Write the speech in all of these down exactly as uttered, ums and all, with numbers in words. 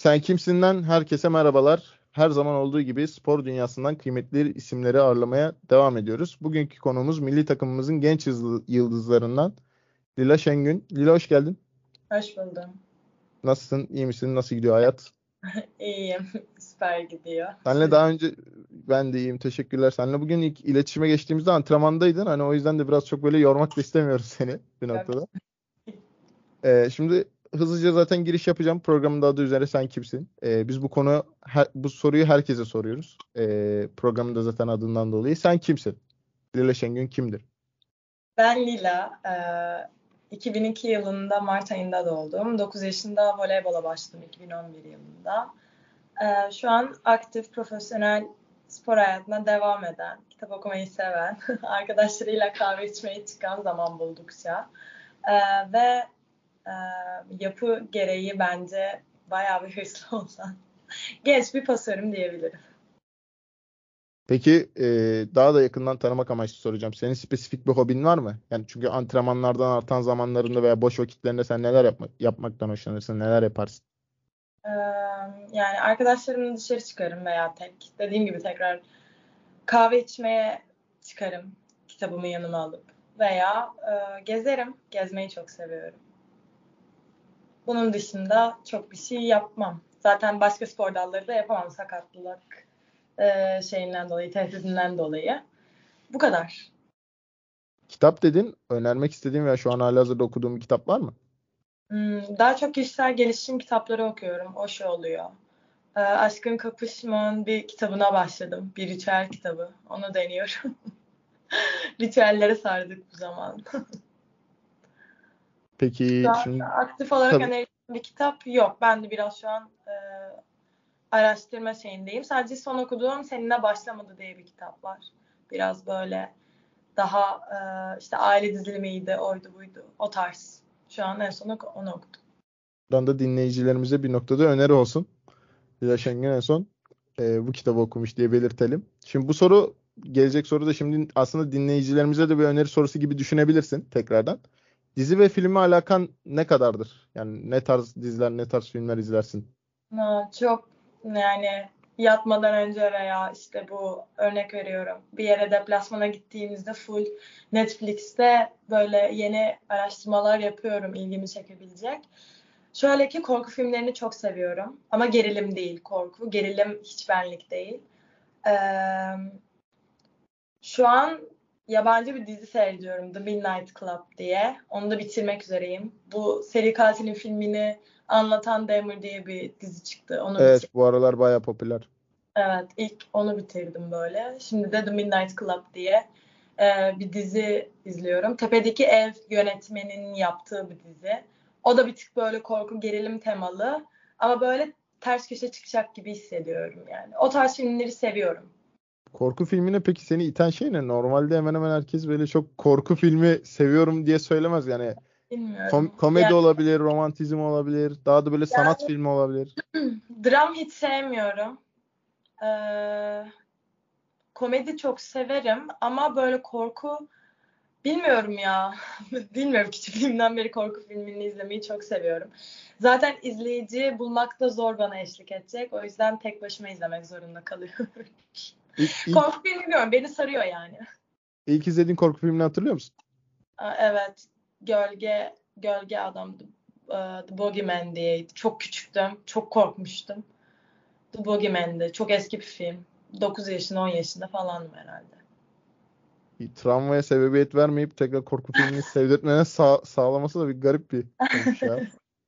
Sen Kimsin'den herkese merhabalar. Her zaman olduğu gibi spor dünyasından kıymetli isimleri ağırlamaya devam ediyoruz. Bugünkü konuğumuz milli takımımızın genç yıldız- yıldızlarından Lila Şengün. Lila hoş geldin. Hoş buldum. Nasılsın? İyi misin? Nasıl gidiyor hayat? İyiyim. Süper gidiyor. Senle Siz... daha önce ben de iyiyim. Teşekkürler. Seninle bugün ilk iletişime geçtiğimizde antrenmandaydın. Hani o yüzden de biraz çok böyle yormak da istemiyoruz seni bir noktada. Ee, şimdi hızlıca zaten giriş yapacağım. Programın da adı üzere sen kimsin? Ee, biz bu konu her- bu soruyu herkese soruyoruz. Ee, programın da zaten adından dolayı. Sen kimsin? Lila Şengün kimdir? Ben Lila. Ee, iki bin iki yılında Mart ayında doğdum. dokuz yaşında voleybola başladım iki bin on bir yılında. Ee, şu an aktif, profesyonel spor hayatına devam eden, kitap okumayı seven, arkadaşlarıyla kahve içmeye çıkan zaman buldukça. Ee, ve e, yapı gereği bence bayağı bir hırslı olan genç bir pasörüm diyebilirim. Peki e, daha da yakından tanımak amaçlı soracağım. Senin spesifik bir hobin var mı? Yani çünkü antrenmanlardan artan zamanlarında veya boş vakitlerinde sen neler yapmak yapmaktan hoşlanırsın? Neler yaparsın? Ee, yani arkadaşlarımla dışarı çıkarım veya tek. Dediğim gibi tekrar kahve içmeye çıkarım. Kitabımı yanıma alıp. Veya e, gezerim. Gezmeyi çok seviyorum. Bunun dışında çok bir şey yapmam. Zaten başka spor dalları da yapamam sakatlık e, şeyinden dolayı, tehdidinden dolayı. Bu kadar. Kitap dedin. Önermek istediğin veya şu an halihazırda okuduğun bir kitap var mı? Hmm, daha çok kişisel gelişim kitapları okuyorum. O şey oluyor. E, Aşkın Kapışma'nın bir kitabına başladım. Bir ritüel kitabı. Onu deniyorum. Ritüellere sardık bu zaman. Şu Peki an şimdi aktif olarak tabii. önerildiğim bir kitap yok. Ben de biraz şu an e, araştırma şeyindeyim. Sadece son okuduğum Seninle Başlamadı diye bir kitap var. Biraz böyle daha e, işte aile dizilimiydi, oydu buydu. O tarz. Şu an en son oku- onu okudum. Buradan da dinleyicilerimize bir noktada öneri olsun. Lila Şengün en son e, bu kitabı okumuş diye belirtelim. Şimdi bu soru gelecek soru da şimdi aslında dinleyicilerimize de bir öneri sorusu gibi düşünebilirsin tekrardan. Dizi ve filme alakan ne kadardır? Yani ne tarz diziler, ne tarz filmler izlersin? Ha, çok yani yatmadan önce veya işte bu örnek veriyorum bir yere deplasmana gittiğimizde full Netflix'te böyle yeni araştırmalar yapıyorum ilgimi çekebilecek. Şöyle ki korku filmlerini çok seviyorum ama gerilim değil korku. Gerilim hiç benlik değil. Ee, şu an yabancı bir dizi seyrediyorum The Midnight Club diye. Onu da bitirmek üzereyim. Bu seri katilin filmini anlatan Dahmer diye bir dizi çıktı. Onu bitirdim. Evet, bu aralar bayağı popüler. Evet, ilk onu bitirdim böyle. Şimdi de The Midnight Club diye e, bir dizi izliyorum. Tepedeki Ev yönetmeninin yaptığı bir dizi. O da bir tık böyle korku gerilim temalı ama böyle ters köşe çıkacak gibi hissediyorum yani. O tarz filmleri seviyorum. Korku filmine peki seni iten şey ne? Normalde hemen hemen herkes böyle çok korku filmi seviyorum diye söylemez. Yani kom- Bilmiyorum. komedi Yani, olabilir, romantizm olabilir, daha da böyle sanat yani filmi olabilir. dram hiç sevmiyorum. Ee, komedi çok severim ama böyle korku bilmiyorum ya. Bilmiyorum, küçüklüğümden beri korku filmini izlemeyi çok seviyorum. Zaten izleyici bulmak da zor bana eşlik edecek. O yüzden tek başıma izlemek zorunda kalıyorum. İlk, ilk, Korku filmi bilmiyorum. Beni sarıyor yani. ilk izlediğin korku filmini hatırlıyor musun? Aa, evet. Gölge Gölge Adamdı. Ee, The Boogeyman diyeydi. Çok küçüktüm. Çok korkmuştum. The Boogeyman'di. Çok eski bir film. dokuz yaşında on yaşında falandım herhalde. Bir travmaya sebebiyet vermeyip tekrar korku filmini sevdirtmene sağ- sağlaması da bir garip bir şeymiş ya.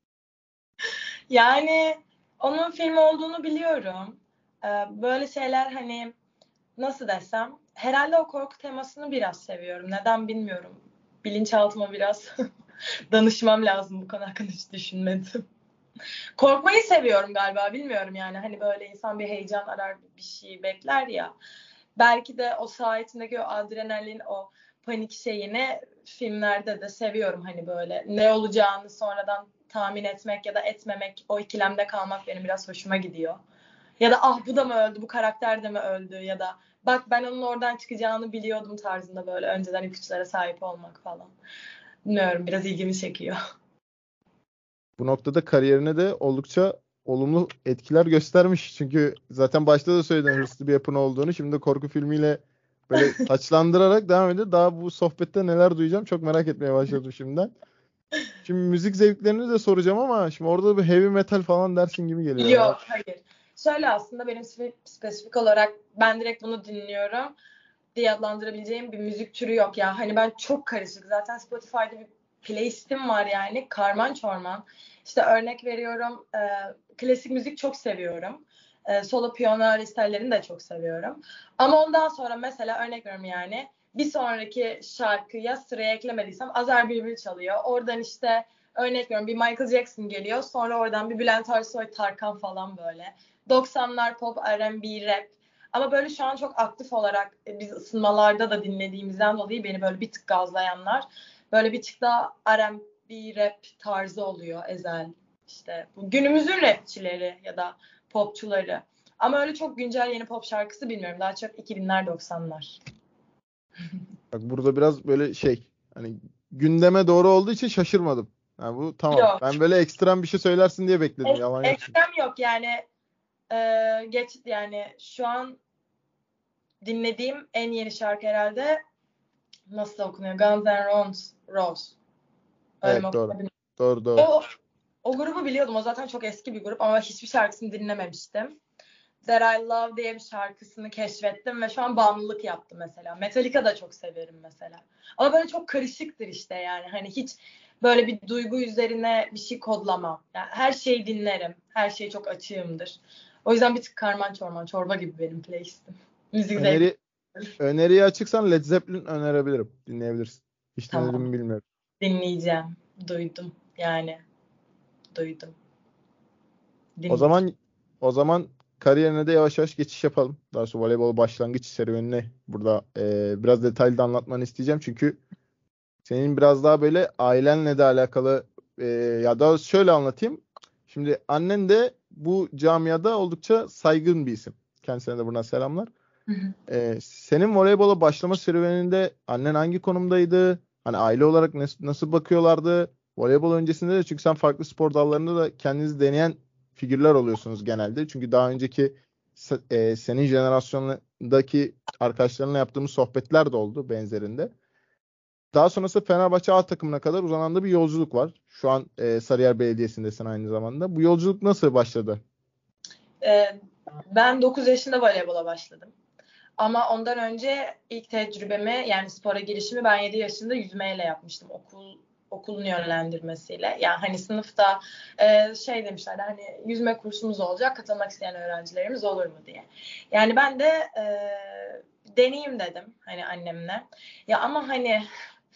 Yani onun film olduğunu biliyorum. Ee, böyle şeyler hani nasıl desem herhalde o korku temasını biraz seviyorum. Neden bilmiyorum. Bilinçaltıma biraz danışmam lazım, bu konu hakkında hiç düşünmedim. Korkmayı seviyorum galiba, bilmiyorum yani. Hani böyle insan bir heyecan arar, bir şey bekler ya. Belki de o saha içindeki o adrenalin, o panik şeyini filmlerde de seviyorum. Hani böyle ne olacağını sonradan tahmin etmek ya da etmemek, o ikilemde kalmak benim biraz hoşuma gidiyor. Ya da ah bu da mı öldü, bu karakter de mi öldü, ya da bak ben onun oradan çıkacağını biliyordum tarzında böyle önceden ipuçlara sahip olmak falan. Bilmiyorum, biraz ilgimi çekiyor. Bu noktada kariyerine de oldukça olumlu etkiler göstermiş. Çünkü zaten başta da söyledin hırslı bir yapın olduğunu. Şimdi de korku filmiyle böyle taçlandırarak devam ediyor. Daha bu sohbette neler duyacağım çok merak etmeye başladım şimdiden. Şimdi müzik zevklerini de soracağım ama şimdi orada bir heavy metal falan dersin gibi geliyor. Yok, hayır. Şöyle aslında benim spesifik olarak ben direkt bunu dinliyorum diye adlandırabileceğim bir müzik türü yok ya. Hani ben çok karışık. Zaten Spotify'da bir playlistim var yani. Karman çorman. İşte örnek veriyorum. E, klasik müzik çok seviyorum. E, solo piyano listellerini de çok seviyorum. Ama ondan sonra mesela örnek veriyorum yani. Bir sonraki şarkıya sıraya eklemediysem Azer Bülbül çalıyor. Oradan işte örnek veriyorum bir Michael Jackson geliyor. Sonra oradan bir Bülent Ersoy, Tarkan falan böyle. doksanlar pop, R and B, rap. Ama böyle şu an çok aktif olarak biz ısınmalarda da dinlediğimizden dolayı beni böyle bir tık gazlayanlar böyle bir tık daha R and B rap tarzı oluyor Ezel. İşte bu günümüzün rapçileri ya da popçuları. Ama öyle çok güncel yeni pop şarkısı bilmiyorum. Daha çok iki binler doksanlar. Bak burada biraz böyle şey hani gündeme doğru olduğu için şaşırmadım. Yani bu tamam. Yok. Ben böyle ekstrem bir şey söylersin diye bekledim. Ek, Yalan yok. ekstrem yok yani. E, geç yani şu an dinlediğim en yeni şarkı herhalde nasıl okunuyor? Guns N' Roses. Rose. Öyle mi Evet doğru. okunuyor? Doğru doğru. O, o grubu biliyordum. O zaten çok eski bir grup ama hiçbir şarkısını dinlememiştim. That I Love diye bir şarkısını keşfettim ve şu an bağımlılık yaptım mesela. Metallica da çok severim mesela. Ama böyle çok karışıktır işte yani. Hani hiç böyle bir duygu üzerine bir şey kodlamam. Yani her şeyi dinlerim. Her şeye çok açığımdır. O yüzden bir tık karman çorman, çorba gibi benim playlistim. Müzik zevki. Öneri öneriyi açıksan Led Zeppelin önerebilirim. Dinleyebilirsin. Hiç dinledim Tamam. mi bilmiyorum. Dinleyeceğim. Duydum. Yani duydum. O Dinleyeceğim. zaman o zaman kariyerine de yavaş yavaş geçiş yapalım. Daha sonra voleybol başlangıç serüvenini burada e, biraz detaylı da anlatmanı isteyeceğim. Çünkü senin biraz daha böyle ailenle de alakalı e, ya da şöyle anlatayım. Şimdi annen de bu camiada oldukça saygın bir isim. Kendisine de buradan selamlar. Hı hı. E, senin voleybola başlama serüveninde annen hangi konumdaydı? Hani aile olarak nasıl, nasıl bakıyorlardı? Voleybol öncesinde de çünkü sen farklı spor dallarında da kendinizi deneyen figürler oluyorsunuz genelde. Çünkü daha önceki e, senin jenerasyonundaki arkadaşlarınla yaptığımız sohbetler de oldu benzerinde. Daha sonrasında Fenerbahçe A takımına kadar uzanan da bir yolculuk var. Şu an e, Sarıyer Belediyesi'ndesin aynı zamanda. Bu yolculuk nasıl başladı? Ee, ben dokuz yaşında voleybola başladım. Ama ondan önce ilk tecrübemi yani spora girişimi ben yedi yaşında yüzmeyle yapmıştım. Okul okulun yönlendirmesiyle. Yani hani sınıfta e, şey demişlerdi hani yüzme kursumuz olacak katılmak isteyen öğrencilerimiz olur mu diye. Yani ben de e, deneyeyim dedim hani annemle. Ya ama hani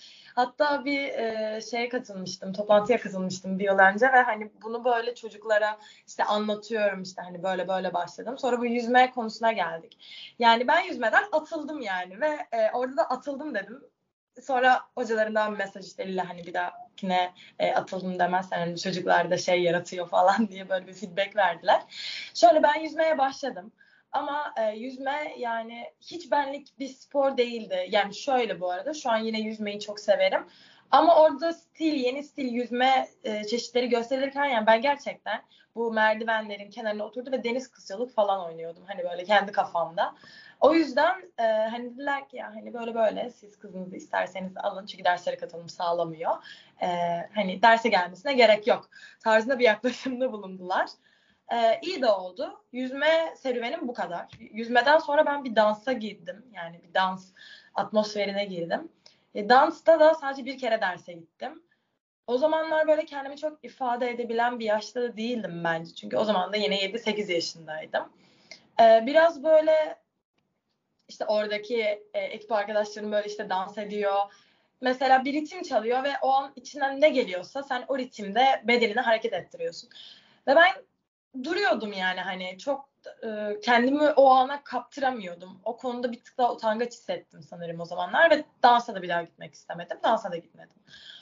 hatta bir e, şeye katılmıştım, toplantıya katılmıştım bir yıl önce ve hani bunu böyle çocuklara işte anlatıyorum işte hani böyle böyle başladım. Sonra bu yüzme konusuna geldik. Yani ben yüzmeden atıldım yani ve e, orada da atıldım dedim. Sonra hocalarından bir mesaj işte Lila hani bir dahakine e, atıldım demezsen hani çocuklarda şey yaratıyor falan diye böyle bir feedback verdiler. Şöyle ben yüzmeye başladım. Ama e, yüzme yani hiç benlik bir spor değildi. Yani şöyle bu arada şu an yine yüzmeyi çok severim. Ama orada stil, yeni stil yüzme e, çeşitleri gösterilirken yani ben gerçekten bu merdivenlerin kenarına oturdu ve deniz kızçılık falan oynuyordum. Hani böyle kendi kafamda. O yüzden e, hani dediler ki ya hani böyle böyle siz kızınızı isterseniz alın çünkü derslere katılım sağlamıyor. E, hani derse gelmesine gerek yok tarzında bir yaklaşımda bulundular. Ee, iyi de oldu. Yüzme serüvenim bu kadar. Yüzmeden sonra ben bir dansa girdim. Yani bir dans atmosferine girdim. E, dansta da sadece bir kere derse gittim. O zamanlar böyle kendimi çok ifade edebilen bir yaşta da değildim bence. Çünkü o zaman da yine yedi sekiz yaşındaydım. Ee, biraz böyle işte oradaki e, ekip arkadaşlarım böyle işte dans ediyor. Mesela bir ritim çalıyor ve o an içinden ne geliyorsa sen o ritimde bedenini hareket ettiriyorsun. Ve ben duruyordum yani hani çok e, kendimi o ana kaptıramıyordum. O konuda bir tık daha utangaç hissettim sanırım o zamanlar ve dansa da bir daha gitmek istemedim. Dansa da gitmedim.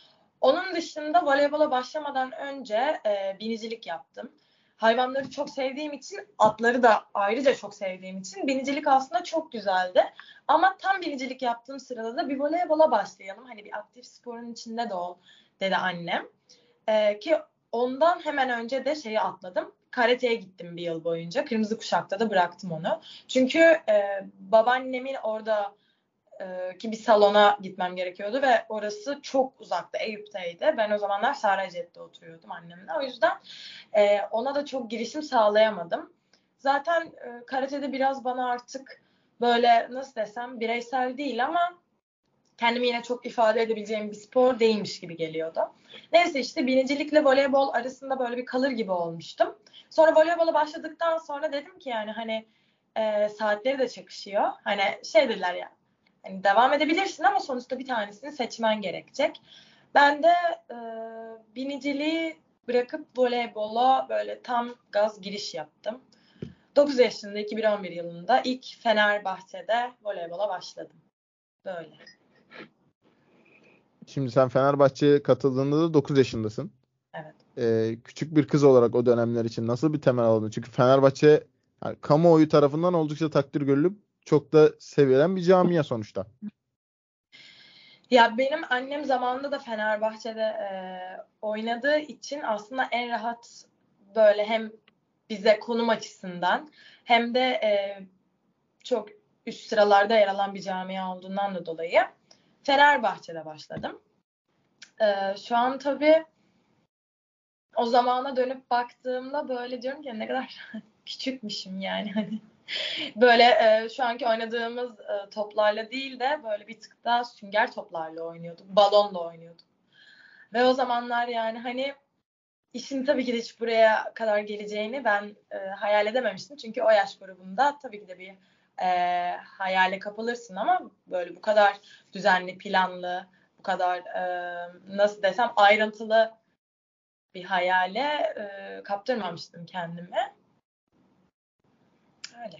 Onun dışında voleybola başlamadan önce e, binicilik yaptım. Hayvanları çok sevdiğim için, atları da ayrıca çok sevdiğim için binicilik aslında çok güzeldi. Ama tam binicilik yaptığım sırada da bir voleybola başlayalım. Hani bir aktif sporun içinde de ol dedi annem. E, ki ondan hemen önce de şeyi atladım. karateye gittim bir yıl boyunca. Kırmızı Kuşak'ta da bıraktım onu. Çünkü e, babaannemin orada e, ki bir salona gitmem gerekiyordu ve orası çok uzakta, Eyüp'teydi. Ben o zamanlar Saraycet'te oturuyordum annemle. O yüzden e, ona da çok girişim sağlayamadım. Zaten e, karatede biraz bana artık böyle nasıl desem bireysel değil ama kendimi yine çok ifade edebileceğim bir spor değilmiş gibi geliyordu. Neyse işte birincilikle voleybol arasında böyle bir kalır gibi olmuştum. Sonra voleybola başladıktan sonra dedim ki yani hani e, saatleri de çakışıyor. Hani şey dediler ya hani devam edebilirsin ama sonuçta bir tanesini seçmen gerekecek. Ben de e, biniciliği bırakıp voleybola böyle tam gaz giriş yaptım. dokuz yaşında iki bin on bir yılında ilk Fenerbahçe'de voleybola başladım. Böyle. Şimdi sen Fenerbahçe'ye katıldığında da dokuz yaşındasın. Evet. Ee, küçük bir kız olarak o dönemler için nasıl bir temel aldın? Çünkü Fenerbahçe yani kamuoyu tarafından oldukça takdir görülüp çok da sevilen bir camia sonuçta. Ya benim annem zamanında da Fenerbahçe'de e, oynadığı için aslında en rahat böyle hem bize konum açısından hem de e, çok üst sıralarda yer alan bir camia olduğundan da dolayı Fenerbahçe'de başladım. E, şu an tabii o zamana dönüp baktığımda böyle diyorum ki ne kadar küçükmüşüm yani hani. Böyle e, şu anki oynadığımız e, toplarla değil de böyle bir tık daha sünger toplarla oynuyorduk. Balonla oynuyorduk. Ve o zamanlar yani hani işin tabii ki de hiç buraya kadar geleceğini ben e, hayal edememiştim. Çünkü o yaş grubunda tabii ki de bir e, hayale kapılırsın ama böyle bu kadar düzenli, planlı, bu kadar e, nasıl desem ayrıntılı bir hayale e, kaptırmamıştım kendimi. Öyle.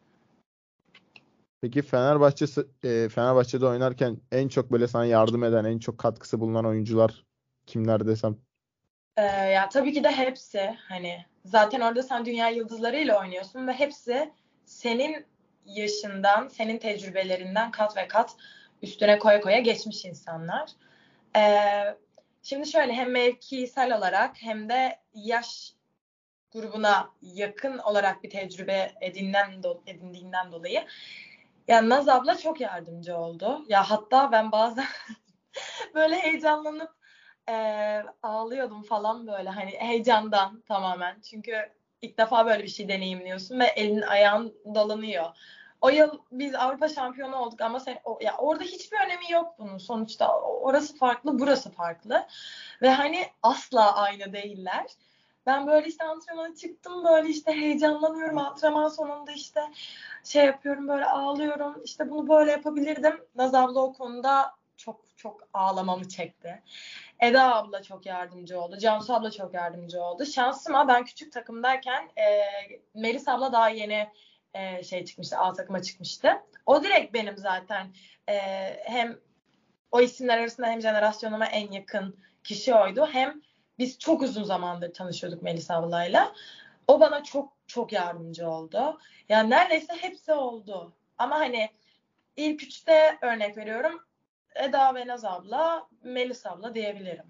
Peki Fenerbahçe e, Fenerbahçe'de oynarken en çok böyle sana yardım eden, en çok katkısı bulunan oyuncular kimler desem? Ee, ya tabii ki de hepsi hani zaten orada sen dünya yıldızlarıyla oynuyorsun ve hepsi senin yaşından, senin tecrübelerinden kat ve kat üstüne koya koya geçmiş insanlar. Ee, şimdi şöyle hem mevkisel olarak hem de yaş grubuna yakın olarak bir tecrübe edindiğinden, edindiğinden dolayı ya Naz abla çok yardımcı oldu. Ya hatta ben bazen böyle heyecanlanıp e, ağlıyordum falan böyle hani heyecandan tamamen. Çünkü ilk defa böyle bir şey deneyimliyorsun ve elin ayağın dolanıyor. O yıl biz Avrupa şampiyonu olduk ama sen o, ya orada hiçbir önemi yok bunun. Sonuçta orası farklı, burası farklı. Ve hani asla aynı değiller. Ben böyle işte antrenmana çıktım böyle işte heyecanlanıyorum antrenman sonunda işte şey yapıyorum böyle ağlıyorum işte bunu böyle yapabilirdim. Naz abla o konuda çok çok ağlamamı çekti. Eda abla çok yardımcı oldu. Cansu abla çok yardımcı oldu. Şansıma ben küçük takımdayken e, Melis abla daha yeni e, şey çıkmıştı. A takıma çıkmıştı. O direkt benim zaten e, hem o isimler arasında hem jenerasyonuma en yakın kişi oydu. Hem biz çok uzun zamandır tanışıyorduk Melis ablayla. O bana çok çok yardımcı oldu. Yani neredeyse hepsi oldu. Ama hani ilk üçte örnek veriyorum. Eda ve Naz abla, Melis abla diyebilirim.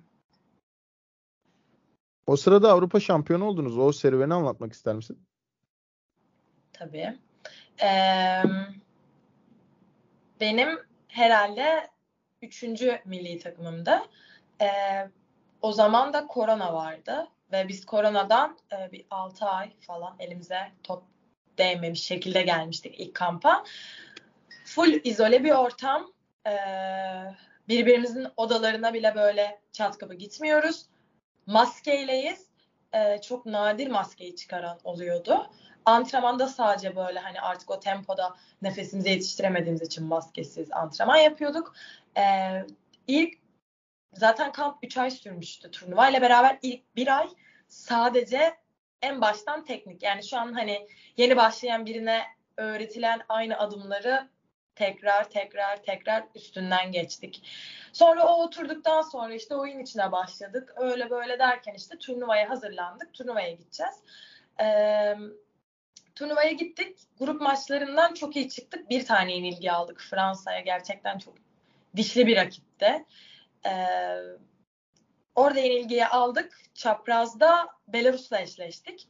O sırada Avrupa şampiyonu oldunuz. O serüveni anlatmak ister misin? Tabii. Ee, benim herhalde üçüncü milli takımımda. Ee, o zaman da korona vardı ve biz koronadan e, bir altı ay falan elimize top değmemiş şekilde gelmiştik ilk kampa. Full izole bir ortam. Ee, birbirimizin odalarına bile böyle çat kapı gitmiyoruz. Maskeyleyiz. Ee, çok nadir maskeyi çıkaran oluyordu. Antrenmanda sadece böyle hani artık o tempoda nefesimizi yetiştiremediğimiz için maskesiz antrenman yapıyorduk. Ee, ilk zaten kamp üç ay sürmüştü turnuva ile beraber ilk bir ay sadece en baştan teknik. Yani şu an hani yeni başlayan birine öğretilen aynı adımları tekrar tekrar tekrar üstünden geçtik. Sonra o oturduktan sonra işte oyun içine başladık. Öyle böyle derken işte turnuvaya hazırlandık. Turnuvaya gideceğiz. Ee, turnuvaya gittik. Grup maçlarından çok iyi çıktık. Bir tane yenilgi aldık Fransa'ya. Gerçekten çok dişli bir rakipti. Ee, orada yenilgiyi aldık. Çaprazda Belarus'la eşleştik.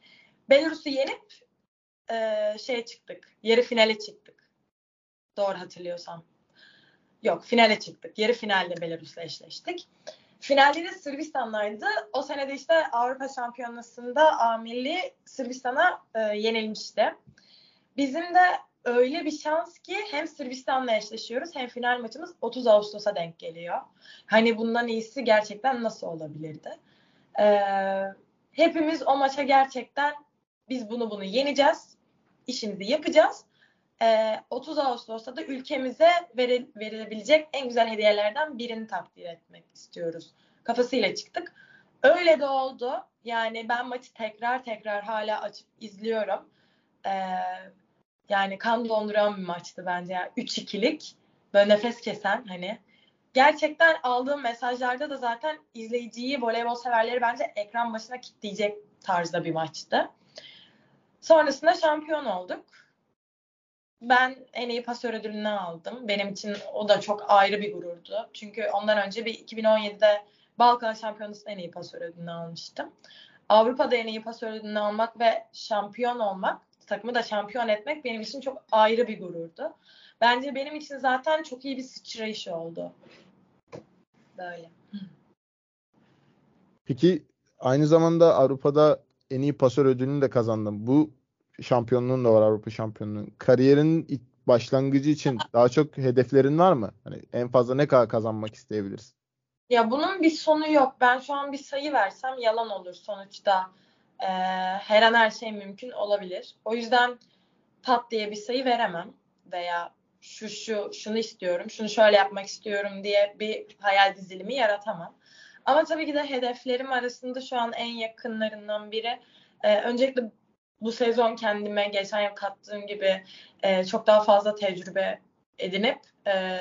Belarus'u yenip e, şeye çıktık. Yarı finale çıktık. Doğru hatırlıyorsam. Yok, finale çıktık. Yarı finalde Belarus'la eşleştik. Finalde de Sırbistan'daydı. O sene de işte Avrupa Şampiyonası'nda A Milli Sırbistan'a e, yenilmişti. Bizim de öyle bir şans ki hem Sırbistan'la eşleşiyoruz hem final maçımız otuz Ağustos'a denk geliyor. Hani bundan iyisi gerçekten nasıl olabilirdi? Ee, hepimiz o maça gerçekten biz bunu bunu yeneceğiz. İşimizi yapacağız. Ee, otuz Ağustos'ta da ülkemize veril, verilebilecek en güzel hediyelerden birini takdir etmek istiyoruz. Kafasıyla çıktık. Öyle de oldu. Yani ben maçı tekrar tekrar hala açıp izliyorum. Ee, yani kan donduran bir maçtı bence. Yani üç ikilik böyle nefes kesen hani. Gerçekten aldığım mesajlarda da zaten izleyiciyi, voleybol severleri bence ekran başına kilitleyecek tarzda bir maçtı. Sonrasında şampiyon olduk. Ben en iyi pasör ödülünü aldım. Benim için o da çok ayrı bir gururdu. Çünkü ondan önce bir iki bin on yedide Balkan Şampiyonası'nda en iyi pasör ödülünü almıştım. Avrupa'da en iyi pasör ödülünü almak ve şampiyon olmak, takımı da şampiyon etmek benim için çok ayrı bir gururdu. Bence benim için zaten çok iyi bir sıçrayış oldu. Böyle. Peki aynı zamanda Avrupa'da en iyi pasör ödülünü de kazandın. Bu şampiyonluğun da var, Avrupa şampiyonluğun. Kariyerinin ilk başlangıcı için daha çok hedeflerin var mı? Hani en fazla ne kadar kazanmak isteyebilirsin? Ya bunun bir sonu yok. Ben şu an bir sayı versem yalan olur sonuçta. Ee, her an her şey mümkün olabilir. O yüzden pat diye bir sayı veremem veya şu şu şunu istiyorum, şunu şöyle yapmak istiyorum diye bir hayal dizilimi yaratamam. Ama tabii ki de hedeflerim arasında şu an en yakınlarından biri. Ee, öncelikle bu sezon kendime geçen yıl kattığım gibi e, çok daha fazla tecrübe edinip e,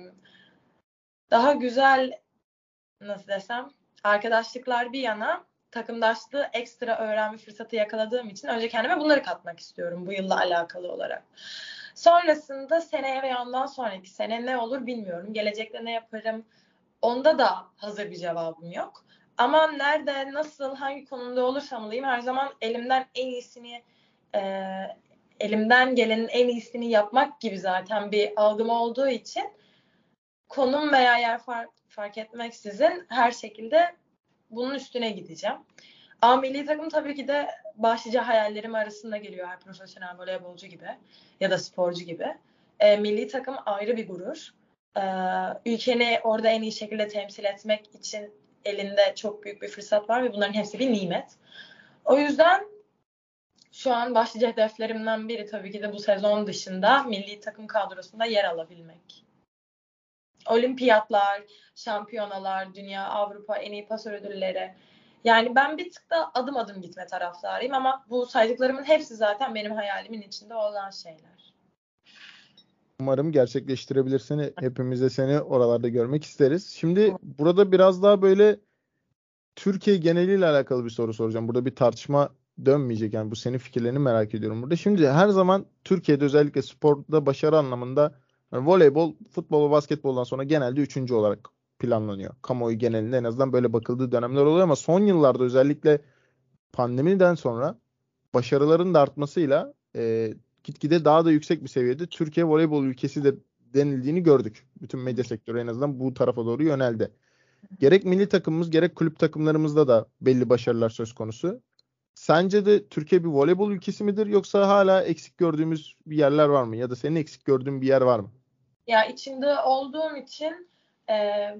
daha güzel, nasıl desem, arkadaşlıklar bir yana takımdaşlığı ekstra öğrenme fırsatı yakaladığım için önce kendime bunları katmak istiyorum bu yılla alakalı olarak. Sonrasında seneye veya ondan sonraki sene ne olur bilmiyorum. Gelecekte ne yaparım? Onda da hazır bir cevabım yok. Ama nerede, nasıl, hangi konumda olursam olayım her zaman elimden en iyisini e, elimden gelenin en iyisini yapmak gibi zaten bir algım olduğu için konum veya yer fark, fark etmeksizin her şekilde bunun üstüne gideceğim. Ama milli takım tabii ki de başlıca hayallerim arasında geliyor her profesyonel voleybolcu gibi ya da sporcu gibi. E, milli takım ayrı bir gurur. E, ülkeni orada en iyi şekilde temsil etmek için elinde çok büyük bir fırsat var ve bunların hepsi bir nimet. O yüzden şu an başlıca hedeflerimden biri tabii ki de bu sezon dışında milli takım kadrosunda yer alabilmek. Olimpiyatlar, şampiyonalar, dünya, Avrupa en iyi pasör ödülleri. Yani ben bir tık da adım adım gitme taraftarıyım ama bu saydıklarımın hepsi zaten benim hayalimin içinde olan şeyler. Umarım gerçekleştirebilirsin. Hepimiz de seni oralarda görmek isteriz. Şimdi burada biraz daha böyle Türkiye geneliyle alakalı bir soru soracağım. Burada bir tartışma dönmeyecek. Yani bu senin fikirlerini merak ediyorum burada. Şimdi her zaman Türkiye'de özellikle sporda başarı anlamında yani voleybol, futbol ve basketboldan sonra genelde üçüncü olarak planlanıyor. Kamuoyu genelinde en azından böyle bakıldığı dönemler oluyor ama son yıllarda özellikle pandemiden sonra başarıların da artmasıyla e, gitgide daha da yüksek bir seviyede Türkiye voleybol ülkesi de denildiğini gördük. Bütün medya sektörü en azından bu tarafa doğru yöneldi. Gerek milli takımımız gerek kulüp takımlarımızda da belli başarılar söz konusu. Sence de Türkiye bir voleybol ülkesi midir yoksa hala eksik gördüğümüz bir yerler var mı? Ya da senin eksik gördüğün bir yer var mı? Ya içinde olduğum için e,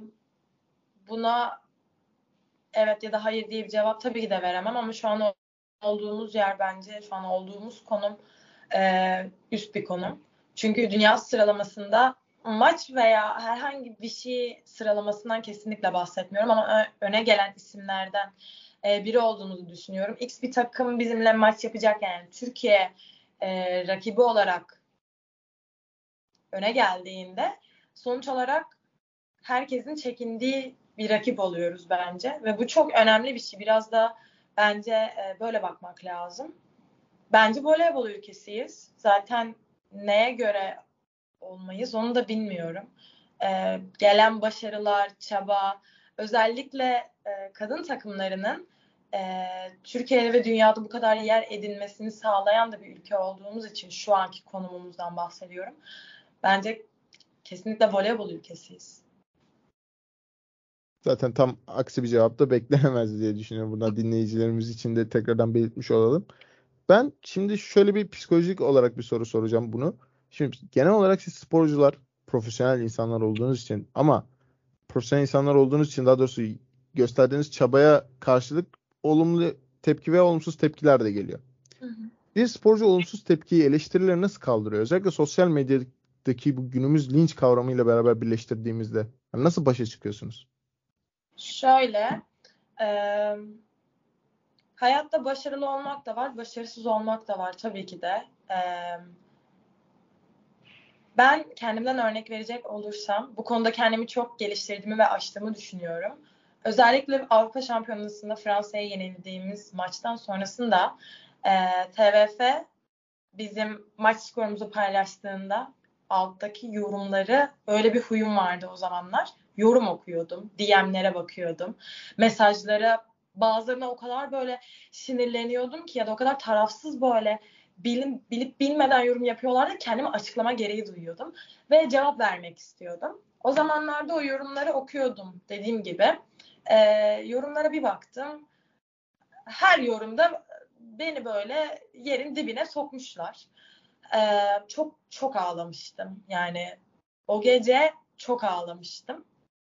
buna evet ya da hayır diye bir cevap tabii ki de veremem ama şu an olduğumuz yer bence şu an olduğumuz konum e, üst bir konum. Çünkü dünya sıralamasında maç veya herhangi bir şey sıralamasından kesinlikle bahsetmiyorum ama öne gelen isimlerden e, biri olduğumuzu düşünüyorum. X bir takım bizimle maç yapacak yani Türkiye e, rakibi olarak öne geldiğinde sonuç olarak herkesin çekindiği bir rakip oluyoruz bence ve bu çok önemli bir şey. Biraz da bence e, böyle bakmak lazım. Bence voleybol ülkesiyiz. Zaten neye göre olmayız onu da bilmiyorum. Ee, gelen başarılar, çaba, özellikle e, kadın takımlarının e, Türkiye'de ve dünyada bu kadar yer edinmesini sağlayan da bir ülke olduğumuz için şu anki konumumuzdan bahsediyorum. Bence kesinlikle voleybol ülkesiyiz. Zaten tam aksi bir cevap da beklenemez diye düşünüyorum. Buradan dinleyicilerimiz için de tekrardan belirtmiş olalım. Ben şimdi şöyle bir psikolojik olarak bir soru soracağım bunu. Şimdi genel olarak siz sporcular, profesyonel insanlar olduğunuz için ama profesyonel insanlar olduğunuz için daha doğrusu gösterdiğiniz çabaya karşılık olumlu tepki ve olumsuz tepkiler de geliyor. Hı hı. Bir sporcu olumsuz tepkiyi, eleştirileri nasıl kaldırıyor? Özellikle sosyal medyadaki bu günümüz linç kavramıyla beraber birleştirdiğimizde yani nasıl başa çıkıyorsunuz? Şöyle, e, hayatta başarılı olmak da var, başarısız olmak da var tabii ki de. E, ben kendimden örnek verecek olursam, bu konuda kendimi çok geliştirdiğimi ve aştığımı düşünüyorum. Özellikle Avrupa Şampiyonası'nda Fransa'ya yenildiğimiz maçtan sonrasında e, T V F bizim maç skorumuzu paylaştığında alttaki yorumları, öyle bir huyum vardı o zamanlar. Yorum okuyordum, D M'lere bakıyordum. Mesajlara, bazılarına o kadar böyle sinirleniyordum ki ya da o kadar tarafsız böyle bilim, bilip bilmeden yorum yapıyorlardı, kendimi açıklama gereği duyuyordum ve cevap vermek istiyordum. O zamanlarda o yorumları okuyordum dediğim gibi. Ee, yorumlara bir baktım. Her yorumda beni böyle yerin dibine sokmuşlar. Ee, çok çok ağlamıştım. Yani o gece çok ağlamıştım.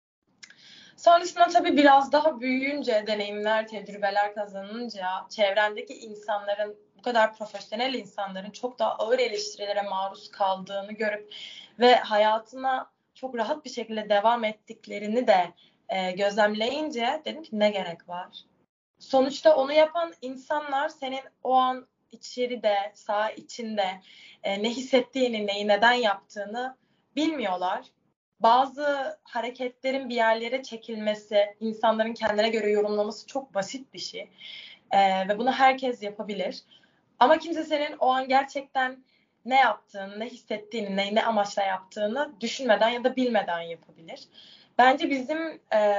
Sonrasında tabii biraz daha büyüyünce, deneyimler, tecrübeler kazanınca, çevrendeki insanların, bu kadar profesyonel insanların çok daha ağır eleştirilere maruz kaldığını görüp ve hayatına çok rahat bir şekilde devam ettiklerini de e, gözlemleyince dedim ki ne gerek var? Sonuçta onu yapan insanlar senin o an içeride, saha içinde e, ne hissettiğini, neyi neden yaptığını bilmiyorlar. Bazı hareketlerin bir yerlere çekilmesi, insanların kendine göre yorumlaması çok basit bir şey. E, ve bunu herkes yapabilir. Ama kimse senin o an gerçekten ne yaptığını, ne hissettiğini, neyi ne amaçla yaptığını düşünmeden ya da bilmeden yapabilir. Bence bizim e,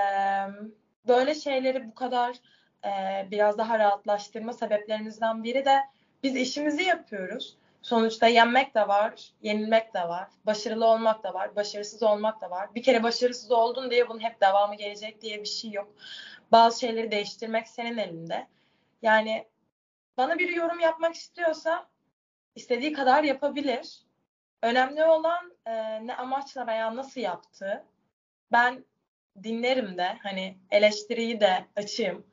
böyle şeyleri bu kadar e, biraz daha rahatlaştırma sebeplerimizden biri de biz işimizi yapıyoruz. Sonuçta yenmek de var, yenilmek de var, başarılı olmak da var, başarısız olmak da var. Bir kere başarısız oldun diye bunun hep devamı gelecek diye bir şey yok. Bazı şeyleri değiştirmek senin elinde. Yani bana biri yorum yapmak istiyorsa istediği kadar yapabilir. Önemli olan e, ne amaçla veya nasıl yaptığı. Ben dinlerim de, hani eleştiriyi de açığım.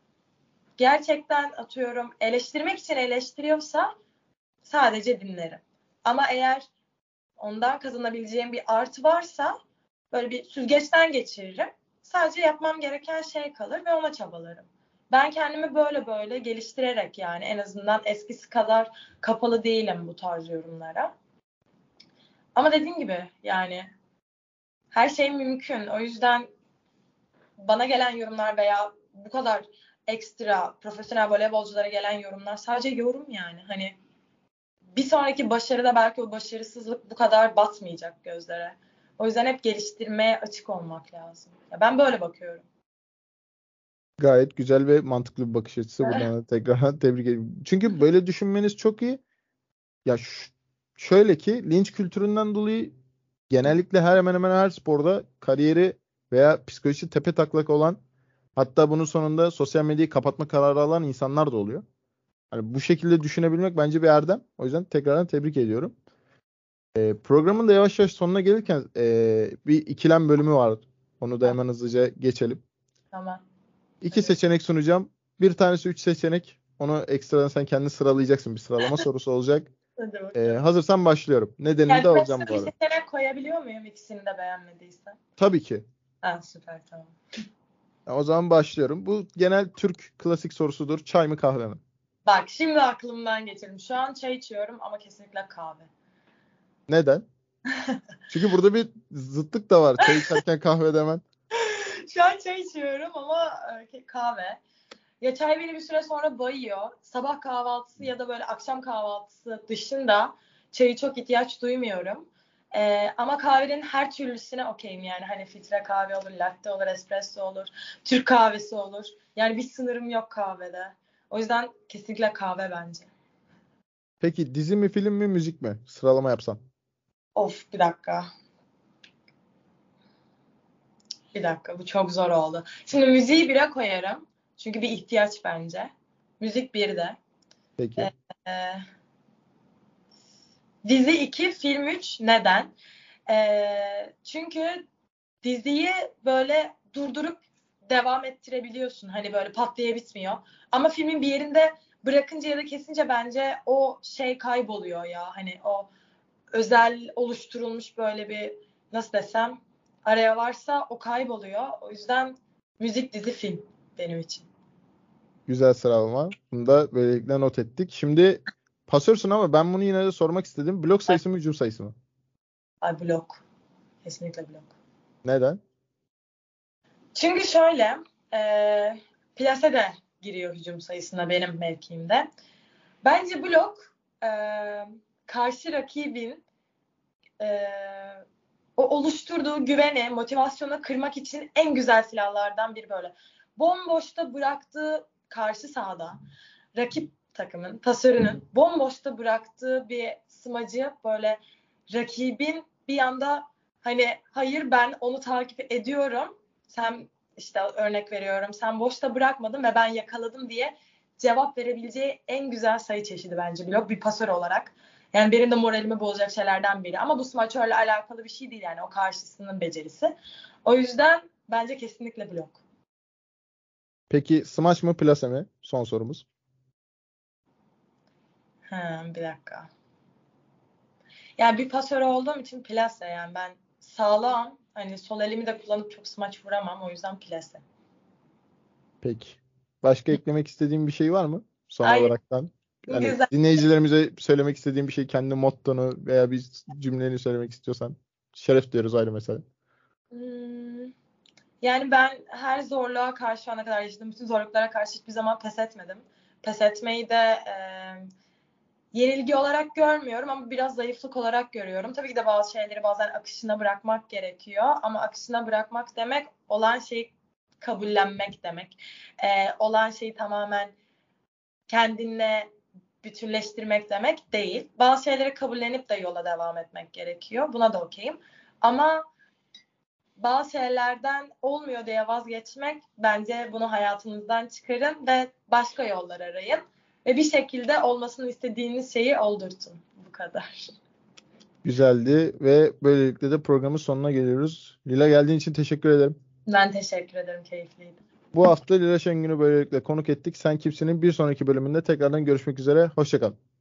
Gerçekten atıyorum eleştirmek için eleştiriyorsa sadece dinlerim. Ama eğer ondan kazanabileceğim bir artı varsa böyle bir süzgeçten geçiririm. Sadece yapmam gereken şey kalır ve ona çabalarım. Ben kendimi böyle böyle geliştirerek, yani en azından eskisi kadar kapalı değilim bu tarz yorumlara. Ama dediğim gibi yani her şey mümkün. O yüzden bana gelen yorumlar veya bu kadar ekstra profesyonel voleybolculara gelen yorumlar sadece yorum yani. Hani bir sonraki başarıda belki o başarısızlık bu kadar batmayacak gözlere. O yüzden hep geliştirmeye açık olmak lazım. Ya ben böyle bakıyorum. Gayet güzel ve mantıklı bir bakış açısı. Buradan da tekrar tebrik ederim. Çünkü böyle düşünmeniz çok iyi. Ya ş- şöyle ki linç kültüründen dolayı genellikle her hemen hemen her sporda kariyeri veya psikolojisi tepe taklak olan, hatta bunun sonunda sosyal medyayı kapatma kararı alan insanlar da oluyor. Hani bu şekilde düşünebilmek bence bir erdem. O yüzden tekrardan tebrik ediyorum. Ee, programın da yavaş yavaş sonuna gelirken ee, bir ikilem bölümü var. Onu da hemen hızlıca geçelim. Tamam. İki seçenek sunacağım. Bir tanesi üç seçenek. Onu ekstradan sen kendin sıralayacaksın. Bir sıralama sorusu olacak. Hadi Ee, bakalım. hazırsan başlıyorum. Nedenini de Yani alacağım mesela bu bir arada. seçenek koyabiliyor muyum ikisini de beğenmediysen? Tabii ki. Ha, süper, tamam. O zaman başlıyorum. Bu genel Türk klasik sorusudur. Çay mı kahve mi? Bak şimdi aklımdan geçirdim. Şu an çay içiyorum ama kesinlikle kahve. Neden? Çünkü burada bir zıtlık da var. Çay içerken kahve demen. Şu an çay içiyorum ama e, kahve. Ya çay beni bir süre sonra bayıyor. Sabah kahvaltısı ya da böyle akşam kahvaltısı dışında çayı çok ihtiyaç duymuyorum. Ee, ama kahvenin her türlüsüne okeyim yani. Hani filtre kahve olur, latte olur, espresso olur, Türk kahvesi olur. Yani bir sınırım yok kahvede. O yüzden kesinlikle kahve bence. Peki dizi mi, film mi, müzik mi? Sıralama yapsam. Of bir dakika. Bir dakika bu çok zor oldu. Şimdi müziği bire koyarım. Çünkü bir ihtiyaç bence. Müzik bir de. Peki. Ee, dizi iki, film üç. Neden? Ee, çünkü diziyi böyle durdurup devam ettirebiliyorsun. Hani böyle pat diye bitmiyor. Ama filmin bir yerinde bırakınca ya da kesince bence o şey kayboluyor ya. Hani o özel oluşturulmuş böyle bir nasıl desem araya varsa o kayboluyor. O yüzden müzik, dizi, film benim için. Güzel sıralama. Bunu da böylelikle not ettik. Şimdi pasörsün ama ben bunu yine de sormak istedim. Blok sayısı mı, hücum sayısı mı? Ay blok. Kesinlikle blok. Neden? Çünkü şöyle e, plase de giriyor hücum sayısına benim mevkiimde. Bence blok e, karşı rakibin e, o oluşturduğu güveni, motivasyonu kırmak için en güzel silahlardan biri böyle. Bomboşta bıraktığı karşı sahada rakip takımın, pasörünün bomboşta bıraktığı bir smacı böyle rakibin bir anda hani hayır ben onu takip ediyorum. Sen işte örnek veriyorum. Sen boşta bırakmadın ve ben yakaladım diye cevap verebileceği en güzel sayı çeşidi bence blok bir pasör olarak. Yani benim de moralimi bozacak şeylerden biri. Ama bu smaçörle alakalı bir şey değil yani o karşısının becerisi. O yüzden bence kesinlikle blok. Peki smaç mı, plase mi? Son sorumuz. Ha, bir dakika. Yani bir pasör olduğum için plase yani ben sağlam hani sol elimi de kullanıp çok smaç vuramam o yüzden plase. Peki. Başka eklemek istediğin bir şey var mı? Son Ay olaraktan. Yani güzel. dinleyicilerimize söylemek istediğin bir şey, kendi mottonu veya bir cümleni söylemek istiyorsan. Şeref duyuyoruz ayrı mesele. Hmm, yani ben her zorluğa karşı şu ana kadar yaşadığım bütün zorluklara karşı hiçbir zaman pes etmedim. Pes etmeyi de e, yenilgi olarak görmüyorum ama biraz zayıflık olarak görüyorum. Tabii ki de bazı şeyleri bazen akışına bırakmak gerekiyor ama akışına bırakmak demek olan şeyi kabullenmek demek. Ee, olan şeyi tamamen kendinle bütünleştirmek demek değil. Bazı şeyleri kabullenip de yola devam etmek gerekiyor. Buna da okeyim. Ama bazı şeylerden olmuyor diye vazgeçmek bence bunu hayatınızdan çıkarın ve başka yollar arayın. Ve bir şekilde olmasını istediğiniz şeyi oldurtun. Bu kadar. Güzeldi ve böylelikle de programın sonuna geliyoruz. Lila, geldiğin için teşekkür ederim. Ben teşekkür ederim. Keyifliydi. Bu hafta Lila Şengün'ü böylelikle konuk ettik. Sen Kimsin'in bir sonraki bölümünde tekrardan görüşmek üzere. Hoşça kal.